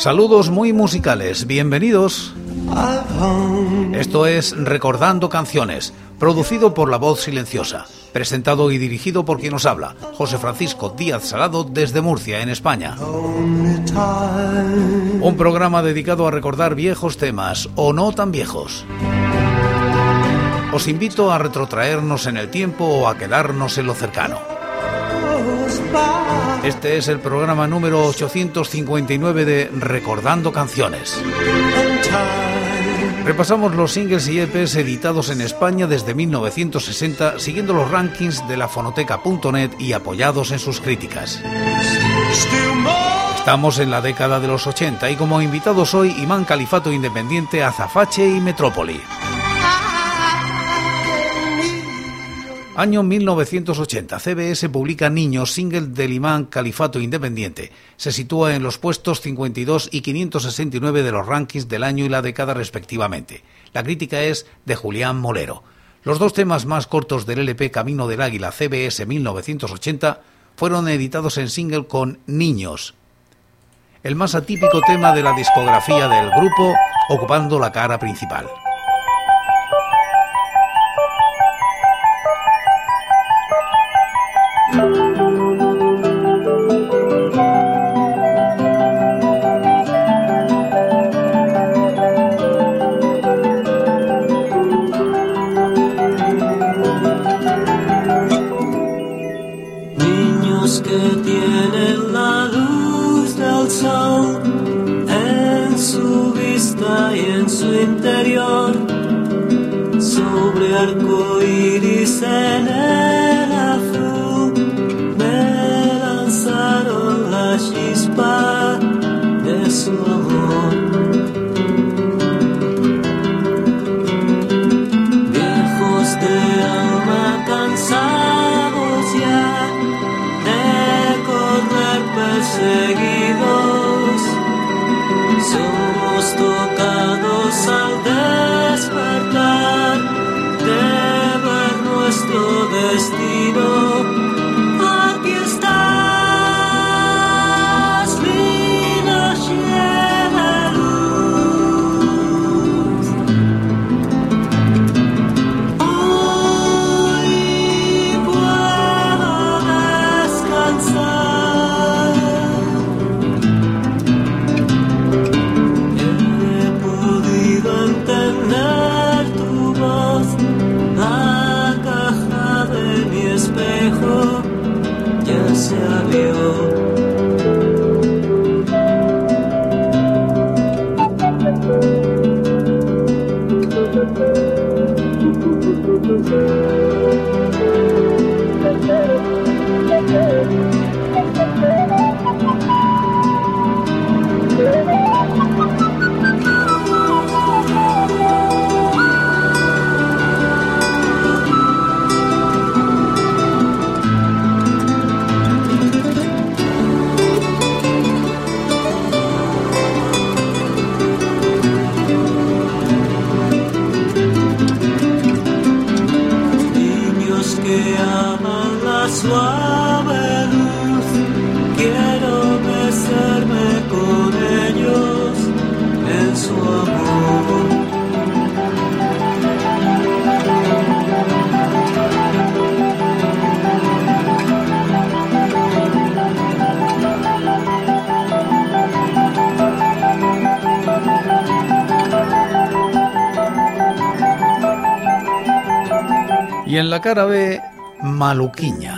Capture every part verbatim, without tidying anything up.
Saludos muy musicales, bienvenidos. Esto es Recordando Canciones, producido por La Voz Silenciosa, presentado y dirigido por quien nos habla, José Francisco Díaz Salado, desde Murcia, en España. Un programa dedicado a recordar viejos temas, o no tan viejos. Os invito a retrotraernos en el tiempo o a quedarnos en lo cercano. Este es el programa número ochocientos cincuenta y nueve de Recordando Canciones. Repasamos los singles y E Pes editados en España desde mil novecientos sesenta, siguiendo los rankings de la fonoteca punto net y apoyados en sus críticas. Estamos en la década de los ochenta y como invitados hoy Imán Califato Independiente, Azafache y Metrópoli. Año mil novecientos ochenta, C B S publica Niños, single del Imán Califato Independiente. Se sitúa en los puestos cincuenta y dos y quinientos sesenta y nueve de los rankings del año y la década respectivamente. La crítica es de Julián Molero. Los dos temas más cortos del L P Camino del Águila C B S mil novecientos ochenta fueron editados en single con Niños, el más atípico tema de la discografía del grupo, ocupando la cara principal. Sobre arco iris en el azul me lanzaron la chispa de su amor. Viejos de alma cansados ya de correr perseguidos, somos tocados al despertar de ver nuestro destino. Aquí estás, mi noche de luz. Hoy puedo descansar. He podido entender tu voz. La caja de mi espejo ya se abrió. Suave luz, quiero besarme con ellos en su amor. Y en la cara B, Maluquiña.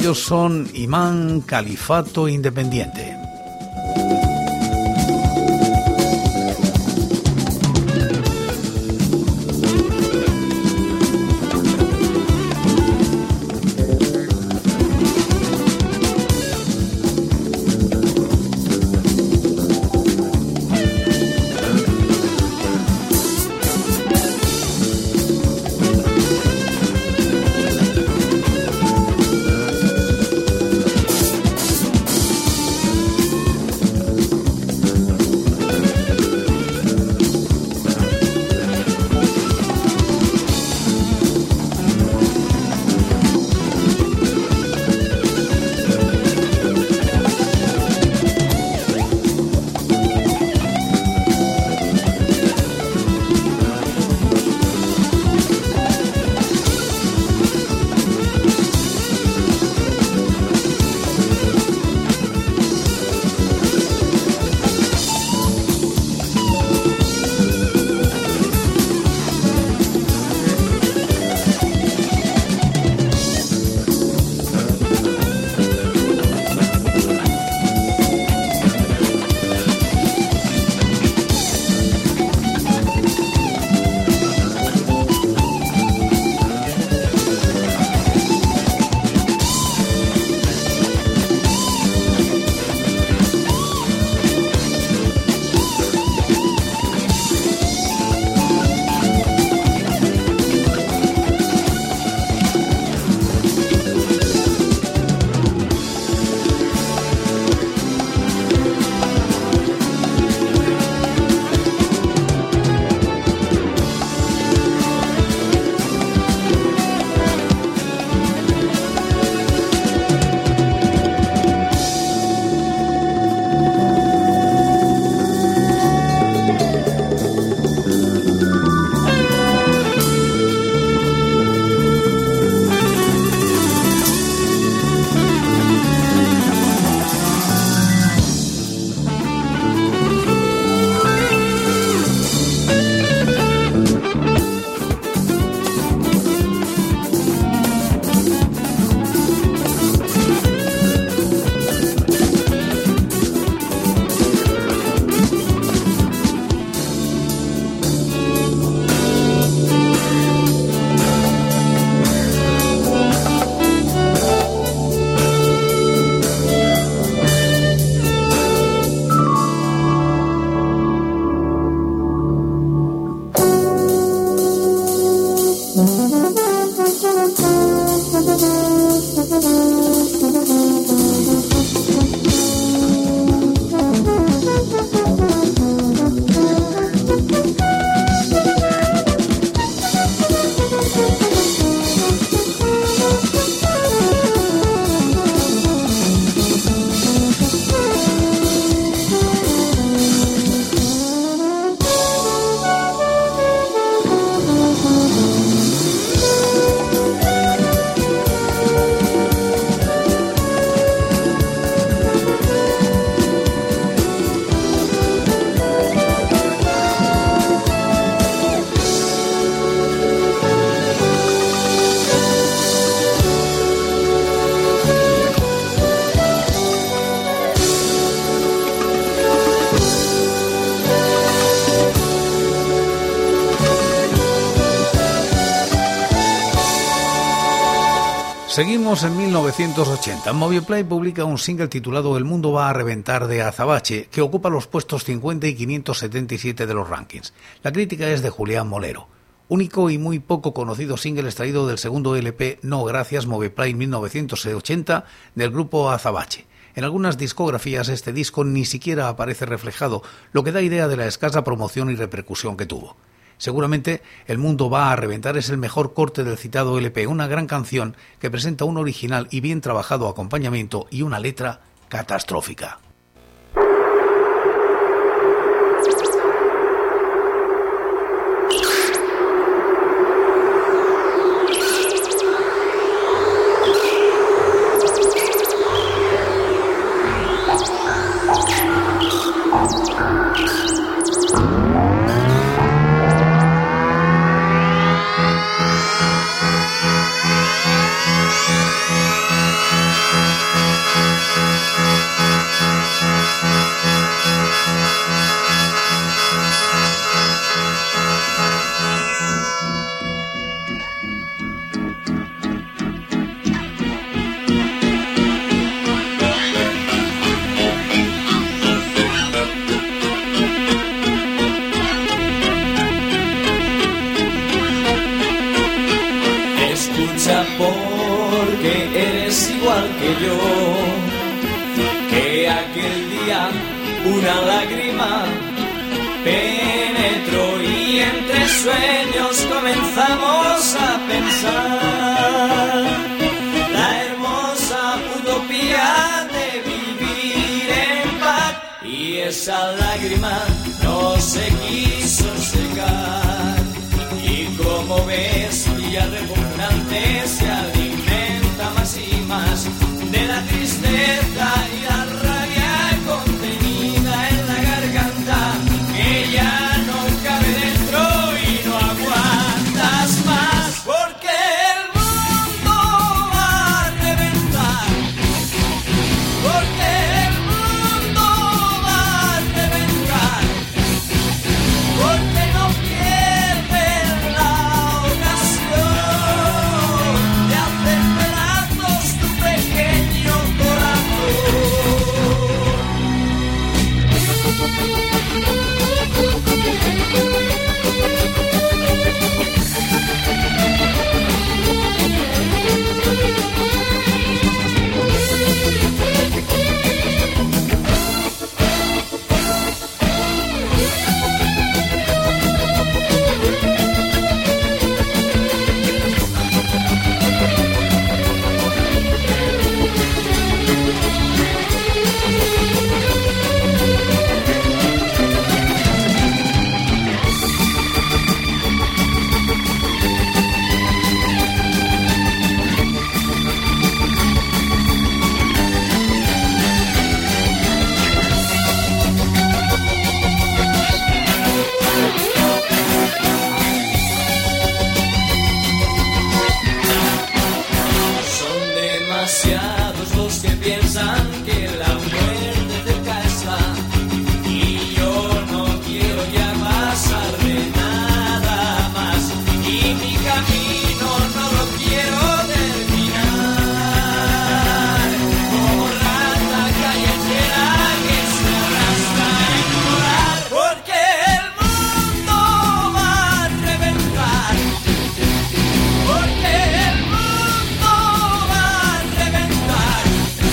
Ellos son Imán Califato Independiente. Seguimos en mil novecientos ochenta. Moviplay publica un single titulado El mundo va a reventar de Azabache, que ocupa los puestos cincuenta y quinientos setenta y siete de los rankings. La crítica es de Julián Molero. Único y muy poco conocido single extraído del segundo L P No Gracias Moviplay mil novecientos ochenta del grupo Azabache. En algunas discografías este disco ni siquiera aparece reflejado, lo que da idea de la escasa promoción y repercusión que tuvo. Seguramente El mundo va a reventar es el mejor corte del citado L P, una gran canción que presenta un original y bien trabajado acompañamiento y una letra catastrófica. yo que aquel día una lágrima penetró y entre sueños comenzamos a pensar la hermosa utopía de vivir en paz, y esa lágrima no se quiso secar, y como ves vía repugnante se alimenta más y más de la tristeza y la rabia contenida en la garganta, que ya no cabe dentro y no aguantas más, porque el mundo va a reventar, porque el mundo va a reventar, porque no pierdes la ocasión de hacer pedazos tu pequeño corazón. Son demasiados los que piensan que la muerte cerca está, y yo no quiero ya pasar de nada más, y mi camino no lo quiero terminar como rata callejera que se arrastra en volar, porque el mundo va a reventar, porque el mundo va a reventar,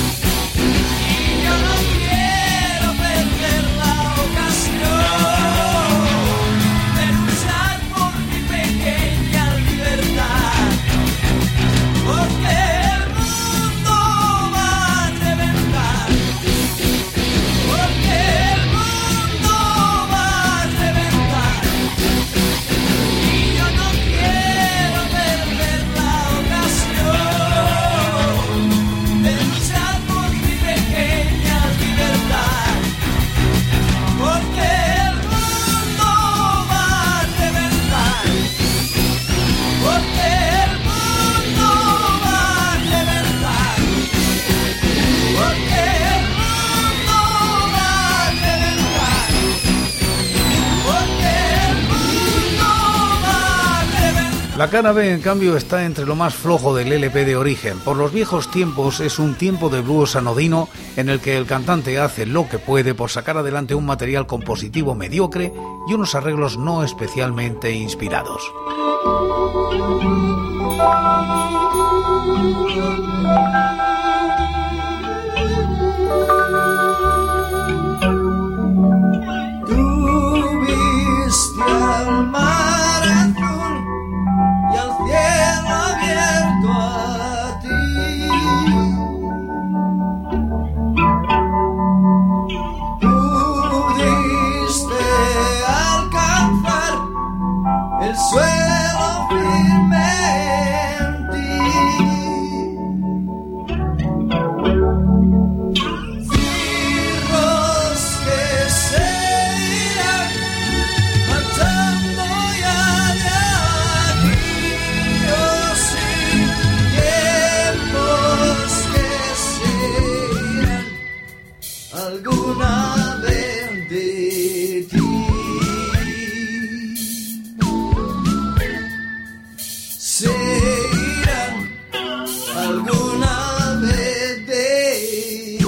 y yo no quiero perder la ocasión de luchar por mi pequeña libertad, porque el mundo va a reventar, porque el mundo va a reventar, y yo no quiero perder la ocasión de luchar por mi pequeña libertad, porque el mundo va a reventar, porque el mundo va a reventar, porque el mundo va a reventar, porque el mundo va a reventar. La cara B, en cambio, está entre lo más flojo del L P de origen. Por los viejos tiempos es un tiempo de blues anodino en el que el cantante hace lo que puede por sacar adelante un material compositivo mediocre y unos arreglos no especialmente inspirados. Tú viste al mar azul y al cielo abierto a ti. Pudiste alcanzar el suelo firme en ti. Cirros que se irán marchando ya de aquí, oh sí, tiempos que se irán alguna vez de ti. Se irán alguna vez de ti.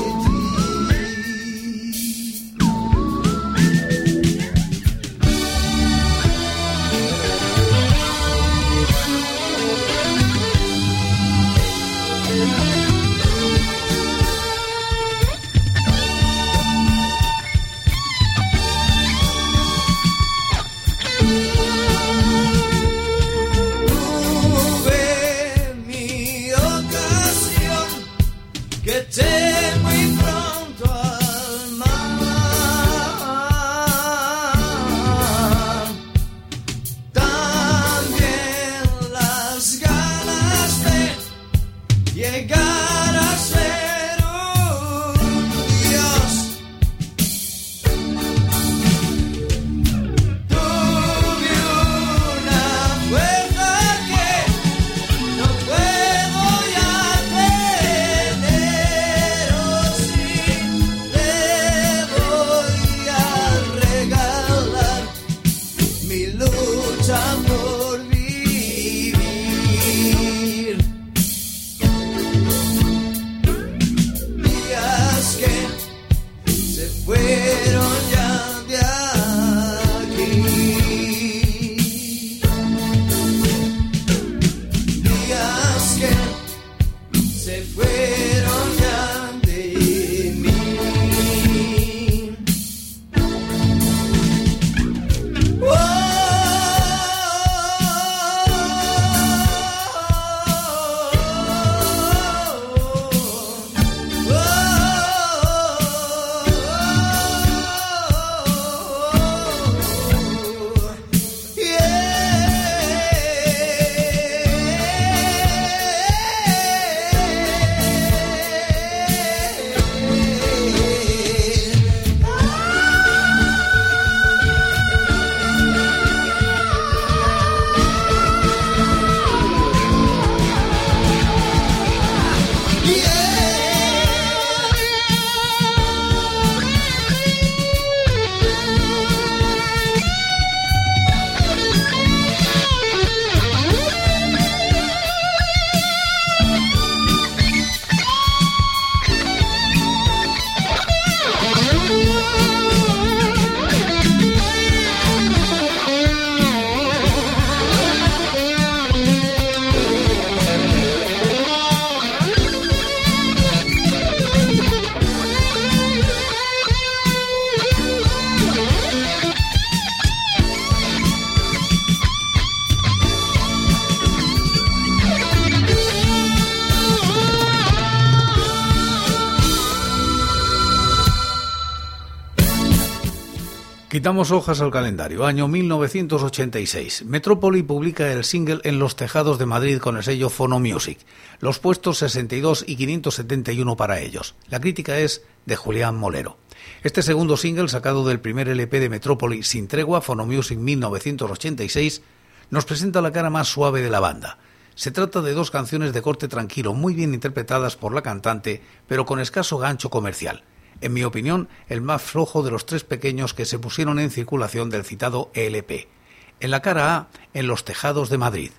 Quitamos hojas al calendario. Año mil novecientos ochenta y seis. Metrópoli publica el single En los tejados de Madrid con el sello Phono Music. Los puestos sesenta y dos y quinientos setenta y uno para ellos. La crítica es de Julián Molero. Este segundo single, sacado del primer L P de Metrópoli, Sin Tregua, Phono Music mil novecientos ochenta y seis, nos presenta la cara más suave de la banda. Se trata de dos canciones de corte tranquilo, muy bien interpretadas por la cantante, pero con escaso gancho comercial. En mi opinión, el más flojo de los tres pequeños que se pusieron en circulación del citado E L P. En la cara A, En los tejados de Madrid.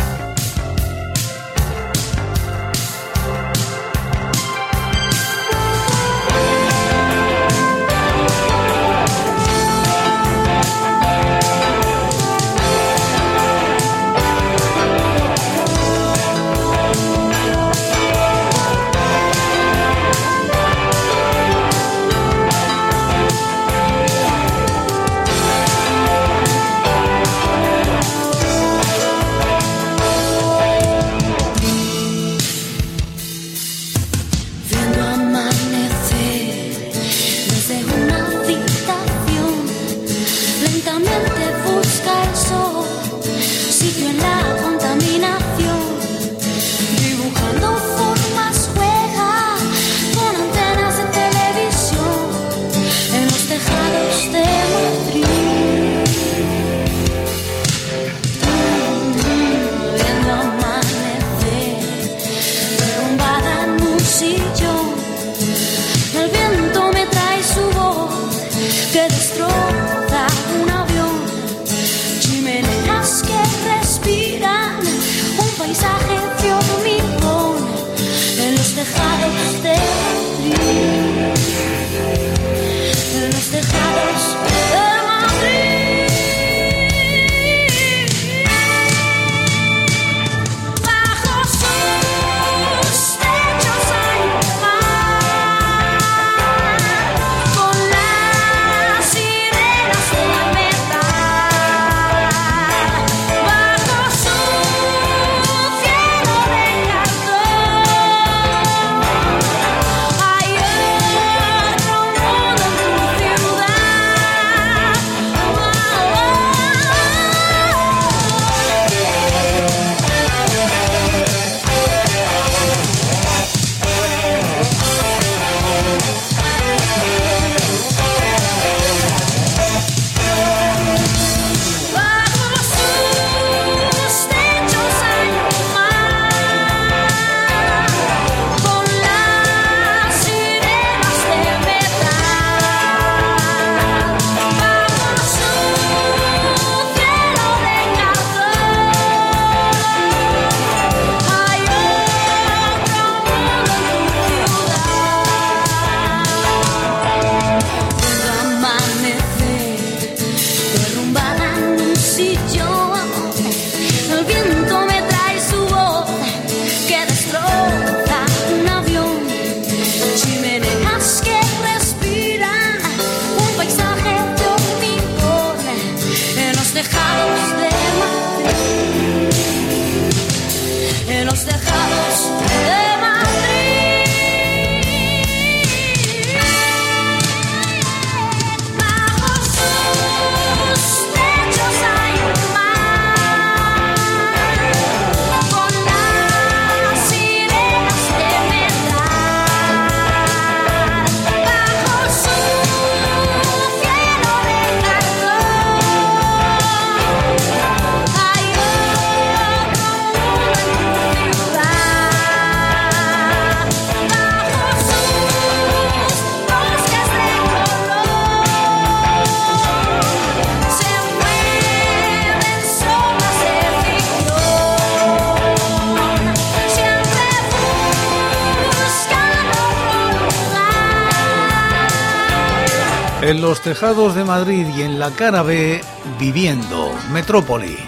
En los tejados de Madrid y en la cara B, Viviendo, Metrópoli.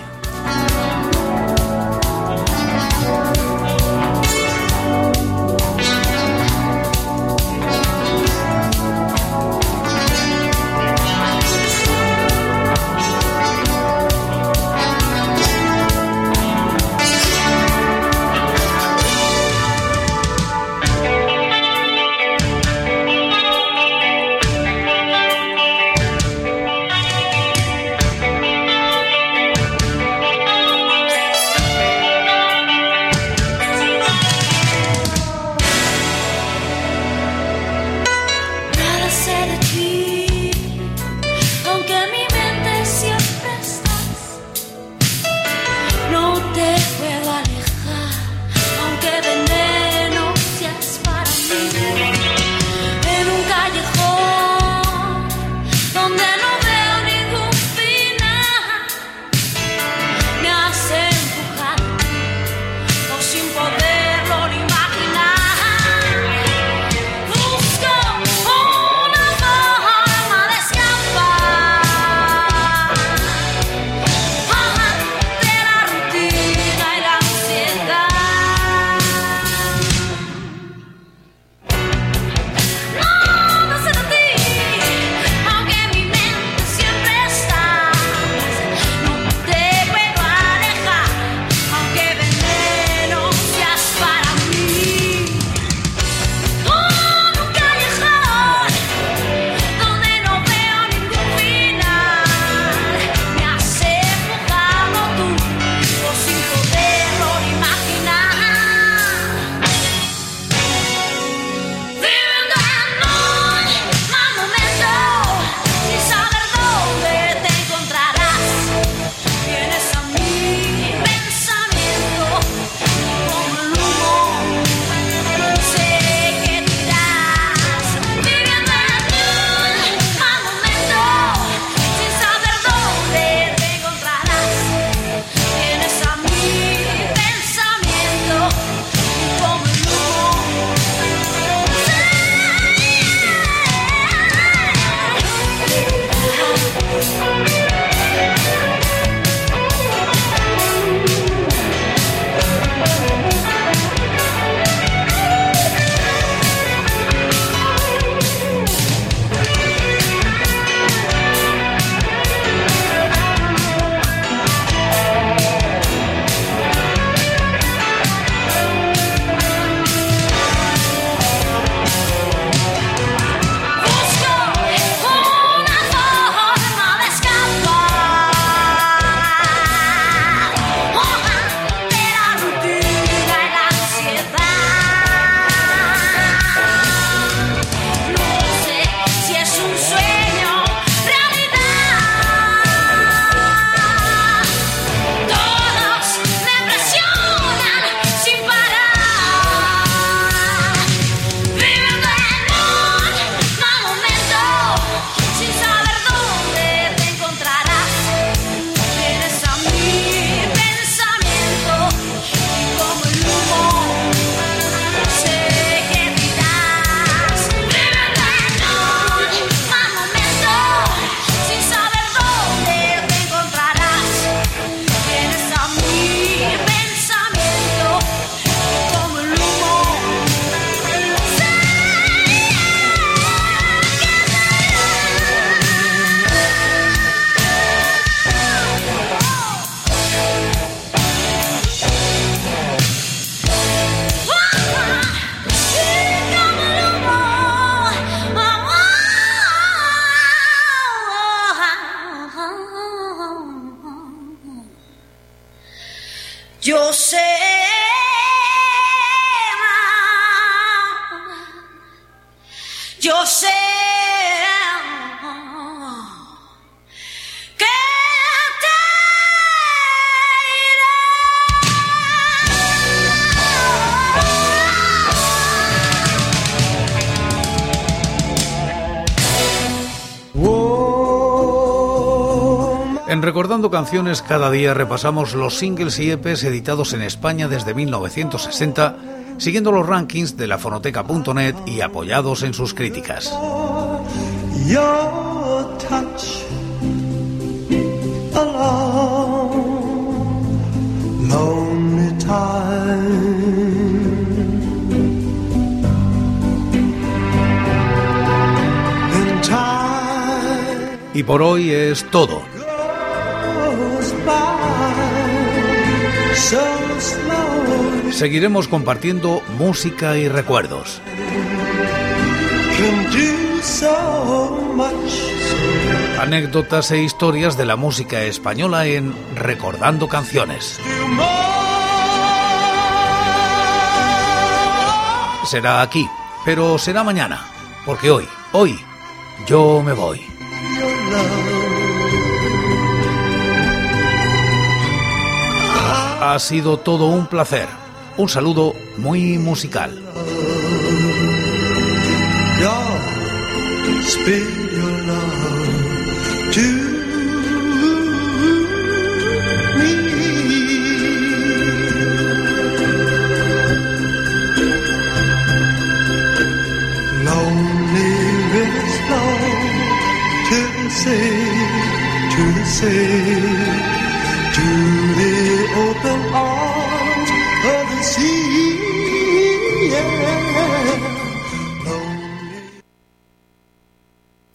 sé de ti, aunque en mi mente siempre estás. No te puedo alejar, aunque veneno seas para mí. En un callejón donde no veo ningún final, me has empujado, o sin poderlo ni imaginar. Busco una forma de escapar de la rutina y la ansiedad. No, no sé de ti, aunque en mi mente siempre estás. No te puedo alejar, aunque veneno seas para mí. Oh, un callejón donde no veo ningún final, me has empujado tú, o sin poderlo imaginar. Viviendo en un mal momento, sin saber dónde te encontrarás. Vienes a mi pensamiento como el humo, sé que te irás. Viviendo en un mal momento, sin saber dónde te encontrarás. Vienes a mi pensamiento como el humo. Busco una forma de escapar de la rutina y la ansiedad. No sé si es un sueño, realidad. Todos me presionan sin parar. Viviendo en un mal momento, sin saber dónde te encontrarás. Vienes a mi pensamiento y como el humo sé que te irás. Viviendo en un mal momento, sin saber dónde te encontrarás. Vienes a mi pensamiento y como el humo sé que te yo sé Yo sé que te En Recordando Canciones, cada día repasamos los singles y E Pes editados en España desde mil novecientos sesenta, siguiendo los rankings de la fonoteca punto net y apoyados en sus críticas. Your touch alone, lonely time. In time Y por hoy es todo. goes by so slowly. Seguiremos compartiendo música y recuerdos. Can do so much. Anécdotas e historias de la música española en Recordando Canciones. Do more. Será aquí, pero será mañana, porque hoy, hoy, Yo me voy. your love. Ha sido todo un placer. Un saludo muy musical. God, speak your love to me. Lonely rivers flow to the sea, to the sea, to the open arms